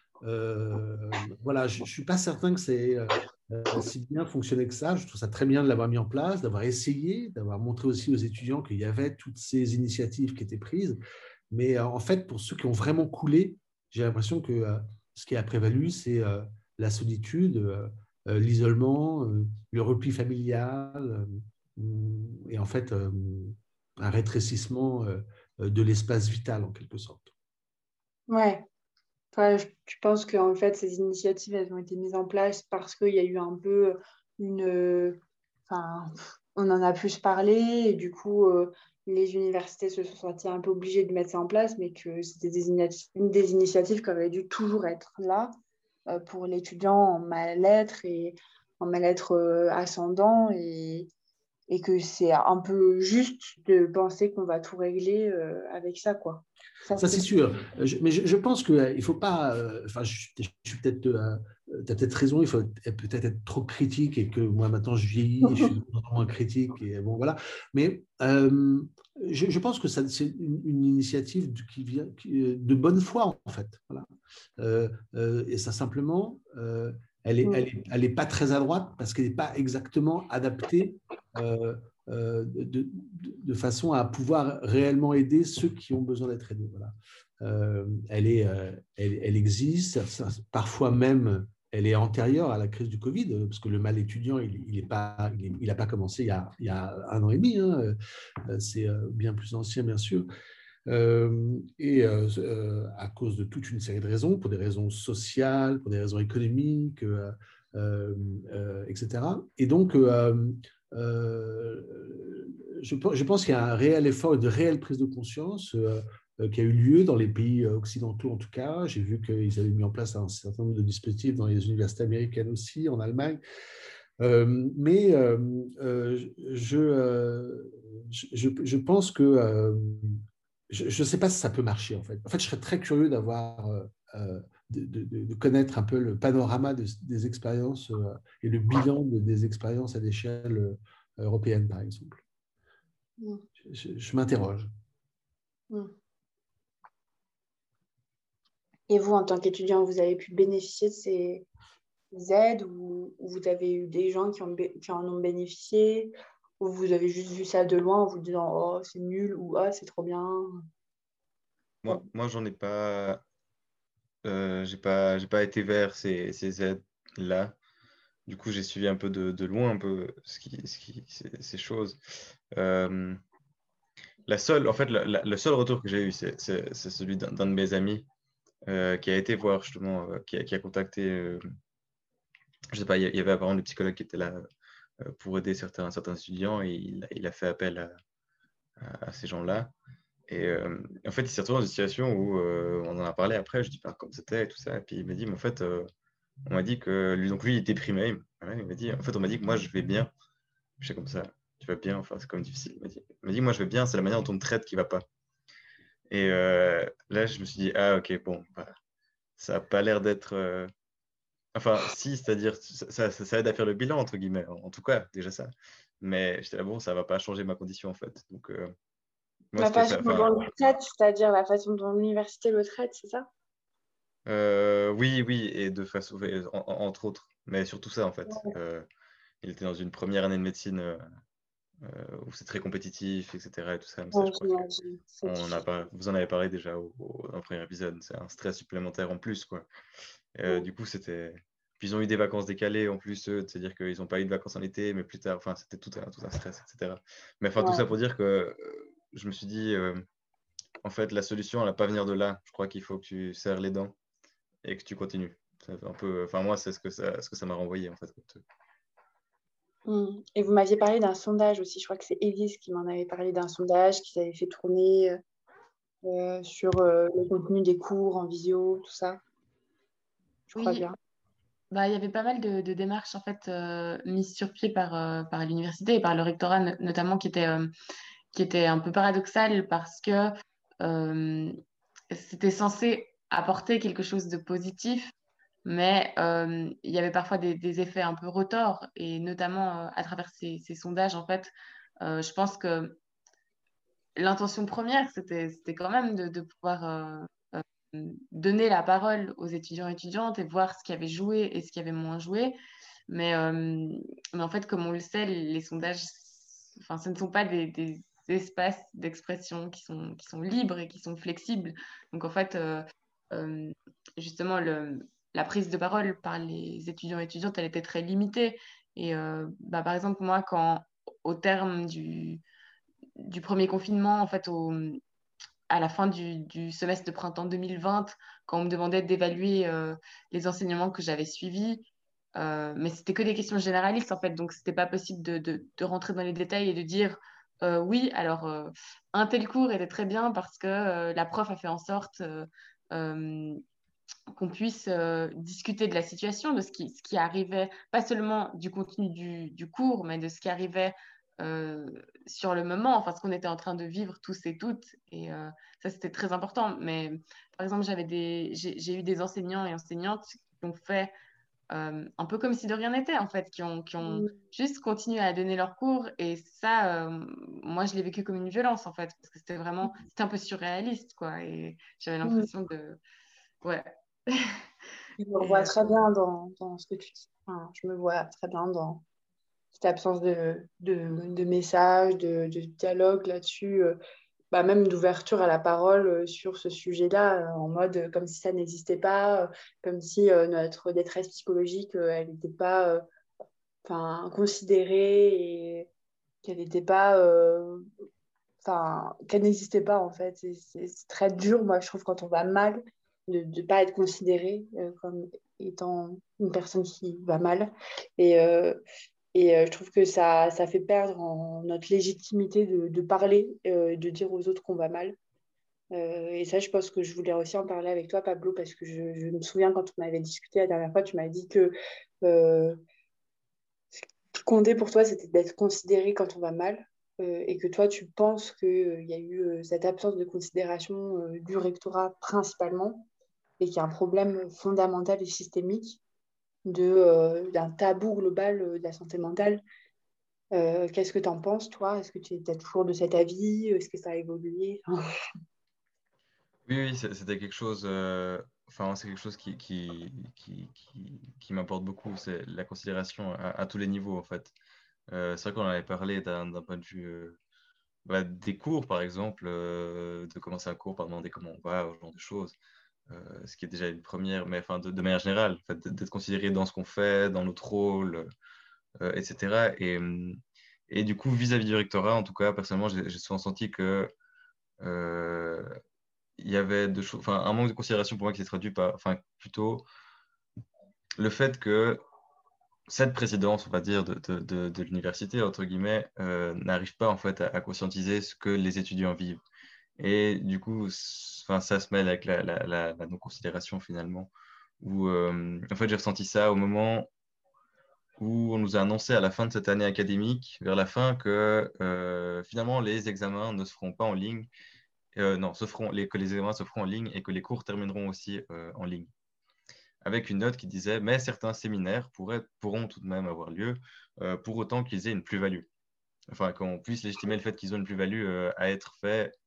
H: euh, voilà, je ne suis pas certain que c'est euh, si bien fonctionné que ça. Je trouve ça très bien de l'avoir mis en place, d'avoir essayé, d'avoir montré aussi aux étudiants qu'il y avait toutes ces initiatives qui étaient prises. Mais euh, en fait, pour ceux qui ont vraiment coulé, j'ai l'impression que euh, ce qui a prévalu, c'est euh, la solitude, euh, euh, l'isolement, euh, le repli familial, euh, et en fait, euh, un rétrécissement euh, de l'espace vital, en quelque sorte.
G: Ouais. Enfin, je, je pense qu'en fait, ces initiatives, elles ont été mises en place parce qu'il y a eu un peu une... Enfin, on en a plus parlé et du coup, euh, les universités se sont senties un peu obligées de mettre ça en place, mais que c'était des une des initiatives qui aurait dû toujours être là euh, pour l'étudiant en mal-être et en mal-être euh, ascendant et, et que c'est un peu juste de penser qu'on va tout régler euh, avec ça, quoi.
H: Ça, ça c'est sûr. Je, mais je, je pense qu'il ne faut pas... Euh, enfin, je, je suis peut-être... Euh, tu as peut-être raison, il faut peut-être être trop critique et que moi, maintenant, je vieillis et je suis moins critique. Et bon, voilà. Mais euh, je, je pense que ça, c'est une, une initiative qui vient qui, de bonne foi, en fait. Voilà. Euh, euh, et ça, simplement, euh, elle n'est elle est, elle est pas très à droite parce qu'elle n'est pas exactement adaptée euh, Euh, de, de, de façon à pouvoir réellement aider ceux qui ont besoin d'être aidés. Voilà. Euh, elle, est, euh, elle, elle existe, ça, parfois même elle est antérieure à la crise du Covid, parce que le mal étudiant, il n'a il il pas commencé il y, a, il y a un an et demi, hein. C'est bien plus ancien, bien sûr. Euh, et euh, à cause de toute une série de raisons, pour des raisons sociales, pour des raisons économiques, euh, euh, et cetera. Et donc, euh, Euh, je, je pense qu'il y a un réel effort, une réelle prise de conscience euh, euh, qui a eu lieu dans les pays occidentaux en tout cas. J'ai vu qu'ils avaient mis en place un certain nombre de dispositifs dans les universités américaines aussi, en Allemagne. Euh, mais euh, euh, je, euh, je, je pense que euh, je ne sais pas si ça peut marcher en fait. En fait, je serais très curieux d'avoir euh, De, de, de connaître un peu le panorama de, des expériences euh, et le bilan de, des expériences à l'échelle euh, européenne, par exemple. Mm. Je, je, je m'interroge.
G: Mm. Et vous, en tant qu'étudiant, vous avez pu bénéficier de ces aides ou, ou vous avez eu des gens qui, ont, qui en ont bénéficié ou vous avez juste vu ça de loin en vous disant « Oh, c'est nul » ou « Ah, c'est trop bien ».
J: Moi, moi j'en ai pas... Euh, j'ai pas, j'ai pas été vers ces, ces aides-là. Du coup, j'ai suivi un peu de, de loin un peu ce qui, ce qui, ces, ces choses. Euh, la seule, en fait, la, la, le seul retour que j'ai eu, c'est, c'est, c'est celui d'un, d'un de mes amis euh, qui a été voir justement, euh, qui, a, qui a contacté, euh, je sais pas, il y avait apparemment des psychologues qui étaient là euh, pour aider certains, certains étudiants et il, il a fait appel à, à, à ces gens-là. Et euh, en fait, il s'est retrouvé dans une situation où euh, on en a parlé après, je dis pas comme c'était et tout ça. Et puis il m'a dit, mais en fait, euh, on m'a dit que lui, donc lui, il déprimait. Il m'a dit, en fait, on m'a dit que moi, je vais bien. Je sais comme ça, tu vas bien, enfin, c'est quand même difficile. Il m'a dit, il m'a dit, moi, je vais bien, c'est la manière dont on me traite qui va pas. Et euh, là, je me suis dit, ah, ok, bon, bah, ça n'a pas l'air d'être. Euh... Enfin, si, c'est-à-dire, ça, ça, ça aide à faire le bilan, entre guillemets, en, en tout cas, déjà ça. Mais j'étais là, bon, ça va pas changer ma condition, en fait. Donc. Euh... Moi,
G: La
J: c'était
G: façon
J: fa-
G: dont
J: enfin,
G: on le traite, c'est-à-dire la façon dont l'université le traite, c'est ça?
J: euh, oui, oui, et de façon, en- en- entre autres, mais surtout ça en fait.
G: Ouais,
J: Euh, il était dans une première année de médecine euh, euh, où c'est très compétitif, et cetera. Et tout ça, mais ça,
G: ouais,
J: je crois que
G: j'imagine. C'est
J: on en a
G: difficile.
J: pas, vous en avez parlé déjà au, au- dans le premier épisode. C'est un stress supplémentaire en plus, quoi. Euh,
G: Ouais.
J: du coup, c'était. Puis ils ont eu des vacances décalées en plus, eux, c'est-à-dire qu'ils n'ont pas eu de vacances en été, mais plus tard, enfin, c'était tout un, tout un stress, et cetera. Mais enfin, tout ça
G: Ouais.
J: pour dire que euh, je me suis dit, euh, en fait, la solution, elle va pas venir de là. Je crois qu'il faut que tu serres les dents et que tu continues. C'est un peu, enfin, moi, c'est ce que ça, ce que ça m'a renvoyé, en fait.
G: Mm. Et vous m'aviez parlé d'un sondage aussi. Je crois que c'est Élise qui m'en avait parlé d'un sondage qu'ils avaient fait tourner euh, sur euh, le contenu des cours en visio, tout ça. Je crois
I: Oui,
G: bien.
I: bah, il y avait pas mal de, de démarches en fait euh, mises sur pied par, euh, par l'université et par le rectorat no- notamment qui étaient, euh, qui étaient un peu paradoxales parce que euh, c'était censé apporter quelque chose de positif, mais euh, il y avait parfois des, des effets un peu retors et notamment euh, à travers ces, ces sondages en fait, euh, je pense que l'intention première c'était, c'était quand même de, de pouvoir euh, donner la parole aux étudiants et étudiantes et voir ce qui avait joué et ce qui avait moins joué. Mais, euh, mais en fait, comme on le sait, les, les sondages, enfin, ce ne sont pas des, des espaces d'expression qui sont, qui sont libres et qui sont flexibles. Donc en fait, euh, euh, justement, le, la prise de parole par les étudiants et étudiantes, elle était très limitée. Et euh, bah, par exemple, moi, quand au terme du, du premier confinement, en fait, au, à la fin du, du semestre de printemps deux mille vingt, quand on me demandait d'évaluer euh, les enseignements que j'avais suivis. Euh, mais c'était que des questions généralistes, en fait, donc c'était pas possible de, de, de rentrer dans les détails et de dire euh, oui, alors euh, un tel cours était très bien parce que euh, la prof a fait en sorte euh, euh, qu'on puisse euh, discuter de la situation, de ce qui, ce qui arrivait, pas seulement du contenu du, du cours, mais de ce qui arrivait euh, sur le moment, enfin ce qu'on était en train de vivre tous et toutes. Et euh, ça, c'était très important. Mais par exemple, j'avais des, j'ai, j'ai eu des enseignants et enseignantes qui ont fait euh, un peu comme si de rien n'était, en fait, qui ont, qui ont
G: Mm.
I: juste continué à donner leurs cours. Et ça, euh, moi, je l'ai vécu comme une violence, en fait, parce que c'était vraiment, c'était un peu surréaliste, quoi. Et j'avais
G: Mm.
I: l'impression de... Ouais.
G: Je me
I: Et,
G: revois
I: euh,
G: très bien dans, dans ce que tu dis. Enfin, je me vois très bien dans cette absence de, de, de message, de, de dialogue là-dessus, euh, bah, même d'ouverture à la parole euh, sur ce sujet-là, euh, en mode euh, comme si ça n'existait pas, euh, comme si euh, notre détresse psychologique, euh, elle n'était pas euh, enfin, considérée et qu'elle n'était pas, euh, enfin, qu'elle n'existait pas en fait. C'est c'est- c'est très dur, moi, je trouve, quand on va mal, de ne pas être considéré euh, comme étant une personne qui va mal. Et, euh, et euh, je trouve que ça, ça fait perdre en notre légitimité de, de parler, euh, de dire aux autres qu'on va mal. Euh, et ça, je pense que je voulais aussi en parler avec toi, Pablo, parce que je, je me souviens quand on avait discuté la dernière fois, tu m'as dit que euh, ce qui comptait pour toi, c'était d'être considéré quand on va mal. Euh, et que toi, tu penses qu'il y a eu euh, cette absence de considération euh, du rectorat principalement, et qu'il y a un problème fondamental et systémique de, euh, d'un tabou global euh, de la santé mentale. Euh, qu'est-ce que tu en penses, toi? Est-ce que tu es peut-être toujours de cet avis? Est-ce que ça a évolué?
J: Oui, oui, c'est- c'était quelque chose. euh, Enfin, c'est quelque chose qui, qui, qui, qui, qui m'importe beaucoup. C'est la considération à, à tous les niveaux, en fait. Euh, c'est vrai qu'on en avait parlé d'un d'un point de vue euh, bah, des cours, par exemple, euh, de commencer un cours par demander comment on va, ce genre de choses. Euh, ce qui est déjà une première, mais enfin, de, de manière générale, en fait, d'être considéré dans ce qu'on fait, dans notre rôle, euh, et cetera. Et, hum, et du coup, vis-à-vis du rectorat, en tout cas, personnellement, j'ai j'ai souvent senti que euh, il y avait de choses, enfin, un manque de considération pour moi qui s'est traduit par, enfin, plutôt le fait que cette présidence, on va dire, de, de, de, de l'université, entre guillemets, euh, n'arrive pas en fait à, à conscientiser ce que les étudiants vivent. Et du coup, c- enfin, ça se mêle avec la, la, la, la non-considération finalement, où euh, en fait, j'ai ressenti ça au moment où on nous a annoncé à la fin de cette année académique, vers la fin, que euh, finalement les examens ne se feront pas en ligne, euh, non, se feront, les, que les examens se feront en ligne et que les cours termineront aussi euh, en ligne. Avec une note qui disait, mais certains séminaires pourraient, pourront tout de même avoir lieu, euh, pour autant qu'ils aient une plus-value. Enfin, qu'on puisse légitimer le fait qu'ils ont une plus-value euh, à être fait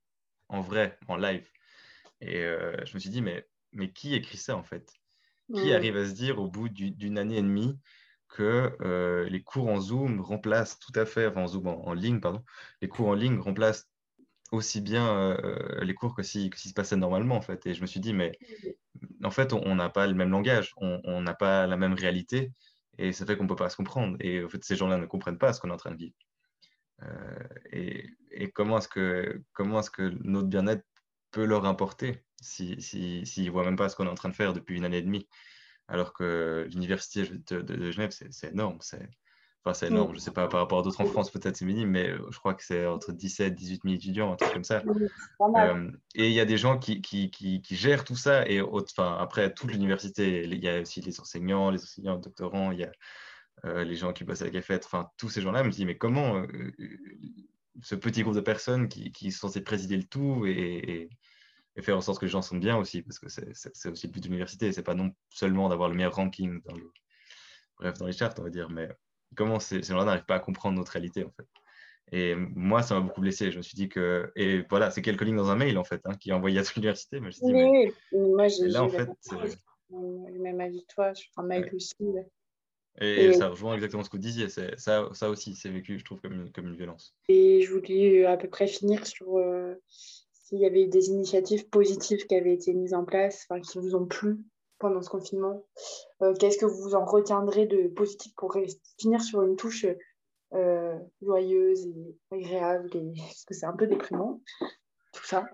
J: en vrai, en live. Et euh, je me suis dit, mais, mais qui écrit ça en fait? Qui
G: Mm.
J: arrive à se dire au bout du- d'une année et demie que euh, les cours en Zoom remplacent tout à fait, enfin en Zoom, en, en ligne, pardon, les cours en ligne remplacent aussi bien euh, les cours que si, que si se passait normalement en fait. Et je me suis dit, mais en fait, on on n'a pas le même langage, on on n'a pas la même réalité, et ça fait qu'on ne peut pas se comprendre. Et en fait, ces gens-là ne comprennent pas ce qu'on est en train de vivre. Euh, et, et comment est-ce que, comment est-ce que notre bien-être peut leur importer si, si, s'ils ne voient même pas ce qu'on est en train de faire depuis une année et demie, alors que l'université de, de- de Genève, c'est c'est énorme. C'est, enfin, c'est énorme. Je ne sais pas, par rapport à d'autres en France, peut-être c'est minime, mais je crois que c'est entre dix-sept et dix-huit mille étudiants, un truc comme ça.
G: Mm. Pas mal.
J: Euh, et il y a des gens qui, qui, qui, qui gèrent tout ça. Et au- enfin, après, toute l'université, il y a aussi les enseignants, les enseignants, doctorants, il y a euh, les gens qui bossent à la cafette, enfin, tous ces gens-là me disent, mais comment euh, ce petit groupe de personnes qui, qui sont censés présider le tout et, et- et faire en sorte que les gens sont bien aussi, parce que c'est c'est- c'est aussi le but de l'université, c'est pas non seulement d'avoir le meilleur ranking dans les, bref, dans les charts, on va dire, mais comment ces, ces gens-là n'arrivent pas à comprendre notre réalité, en fait. Et moi, ça m'a beaucoup blessé. Je me suis dit que, et voilà, c'est quelques lignes dans un mail, en fait, hein, qui est envoyé à toute l'université, mais je me suis dit, mais,
G: Oui, oui. Moi,
J: mais
G: j'ai
J: là,
G: j'ai
J: en
G: eu la
J: fait,
G: même
J: euh,
G: chose, euh, le même avis que toi, sur un mail
J: ouais.
G: aussi. Ouais.
J: Et, et
G: Et,
J: ça rejoint exactement ce que vous disiez. C'est, ça, ça aussi, c'est vécu, je trouve, comme une, comme une violence.
G: et je voulais euh, à peu près finir sur euh, s'il y avait eu des initiatives positives qui avaient été mises en place, enfin, qui vous ont plu pendant ce confinement. Euh, qu'est-ce que vous en retiendrez de positif pour rest- finir sur une touche euh, joyeuse et agréable et... Parce que c'est un peu déprimant, tout ça.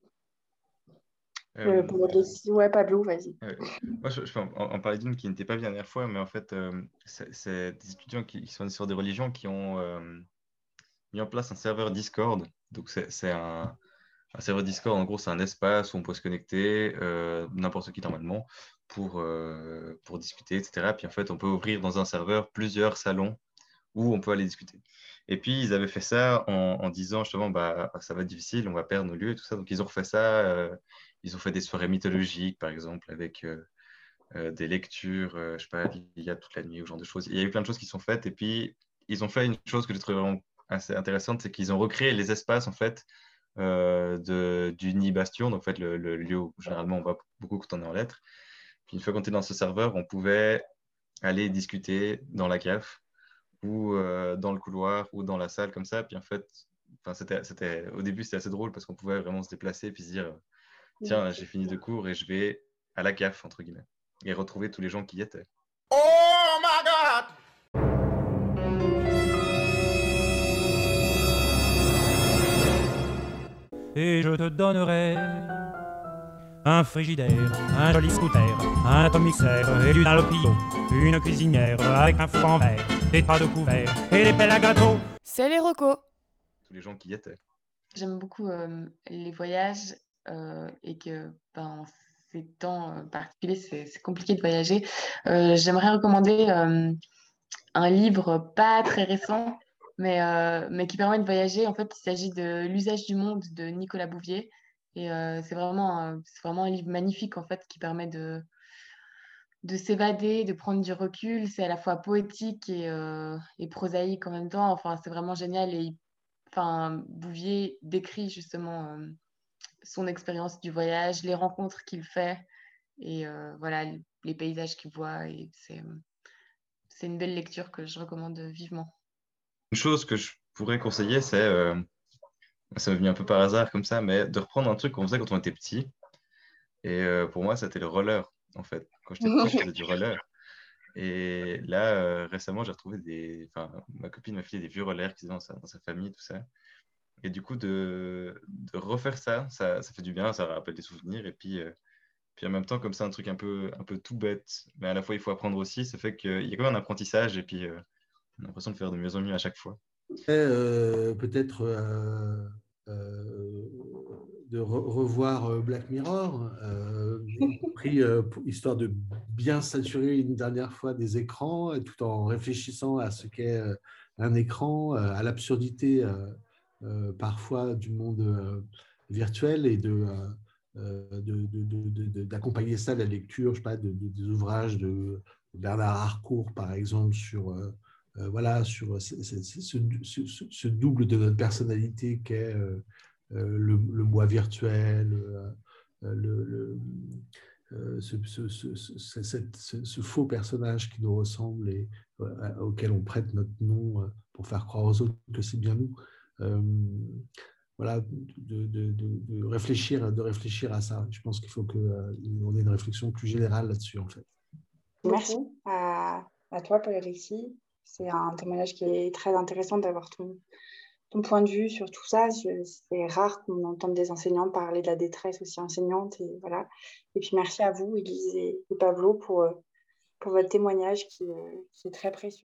G: Euh,
J: Euh,
G: pour les... Ouais, Pablo, vas-y.
J: Ouais. Moi, je, je peux en, en parler d'une qui n'était pas venue la dernière fois, mais en fait, euh, c'est c'est des étudiants qui, qui sont sur des religions qui ont euh, mis en place un serveur Discord. Donc, c'est c'est un, un serveur Discord, en gros, c'est un espace où on peut se connecter, euh, n'importe qui normalement, pour, euh, pour discuter, et cetera. Puis, en fait, on peut ouvrir dans un serveur plusieurs salons où on peut aller discuter. Et puis, ils avaient fait ça en, en disant justement, bah, ça va être difficile, on va perdre nos lieux et tout ça. Donc, ils ont refait ça. euh, ils ont fait des soirées mythologiques, par exemple, avec euh, euh, des lectures, euh, je sais pas, il y a toute la nuit, ou ce genre de choses. Il y a eu plein de choses qui sont faites. Et puis, ils ont fait une chose que j'ai trouvé vraiment assez intéressante, c'est qu'ils ont recréé les espaces, en fait, euh, de, du Nid Bastion, donc en fait, le, le lieu où généralement on va beaucoup quand on est en lettres. Puis, une fois qu'on était dans ce serveur, on pouvait aller discuter dans la cave ou euh, dans le couloir ou dans la salle comme ça. Puis en fait, enfin, c'était, c'était, au début, c'était assez drôle parce qu'on pouvait vraiment se déplacer puis se dire, tiens, j'ai fini de cours et je vais à la C A F, entre guillemets, et retrouver tous les gens qui y étaient.
K: Oh my God!
L: Et je te donnerai un frigidaire, un joli scooter, un atomixer et du dalopio, une cuisinière avec un four en verre, des tas de couverts et des pelles à gâteau.
F: C'est les recos.
J: Tous les gens qui y étaient.
I: J'aime beaucoup euh, les voyages euh, et que ben, en ces temps euh, particuliers, c'est c'est compliqué de voyager. Euh, j'aimerais recommander euh, un livre pas très récent, mais, euh, mais qui permet de voyager. En fait, il s'agit de L'usage du monde de Nicolas Bouvier. Et euh, c'est vraiment, un- c'est vraiment un livre magnifique en fait, qui permet de, de s'évader, de prendre du recul. C'est à la fois poétique et, euh, et prosaïque en même temps. Enfin, c'est vraiment génial. Et il- enfin, Bouvier décrit justement euh, son expérience du voyage, les rencontres qu'il fait et euh, voilà, les paysages qu'il voit. Et c'est, c'est une belle lecture que je recommande vivement.
J: Une chose que je pourrais conseiller, c'est, euh, ça m'est venu un peu par hasard comme ça, mais de reprendre un truc qu'on faisait quand on était petit. Et euh, pour moi, c'était le roller, en fait. Quand j'étais petit, je faisais du roller. Et là, euh, récemment, j'ai retrouvé des. Enfin, ma copine m'a filé des vieux rollers qu'ils ont dans sa, dans sa famille, tout ça. Et du coup, de, de refaire ça, ça, ça fait du bien, ça rappelle des souvenirs. Et puis, euh, puis en même temps, comme ça, un truc un peu, un peu tout bête, mais à la fois, il faut apprendre aussi. Ça fait qu'il y a quand même un apprentissage et puis euh, on a l'impression de faire de mieux en mieux à chaque fois.
H: Et, euh, peut-être euh, euh, de re- revoir euh, Black Mirror, euh, y compris, euh, pour- histoire de bien saturer une dernière fois des écrans, et tout en réfléchissant à ce qu'est euh, un écran, euh, à l'absurdité euh, euh, parfois du monde euh, virtuel et de, euh, euh, de, de- de- de- de- d'accompagner ça de la lecture, je sais pas, de, de- des ouvrages de Bernard Harcourt, par exemple, sur euh, euh, voilà, sur ce, ce, ce, ce, ce double de notre personnalité qu'est euh, euh, le, le moi virtuel, euh, le, le, euh, ce, ce, ce, ce, ce, ce faux personnage qui nous ressemble et euh, auquel on prête notre nom euh, pour faire croire aux autres que c'est bien nous. Euh, voilà, de, de, de, de, réfléchir, de réfléchir à ça. Je pense qu'il faut qu'on euh, ait une réflexion plus générale là-dessus, en fait.
G: Merci à, à toi, Paul-Alexis. C'est un témoignage qui est très intéressant d'avoir ton, ton point de vue sur tout ça. C'est rare qu'on entende des enseignants parler de la détresse aussi enseignante. Et, voilà. Et puis merci à vous, Élise et, et Pablo, pour, pour votre témoignage qui, qui est très précieux.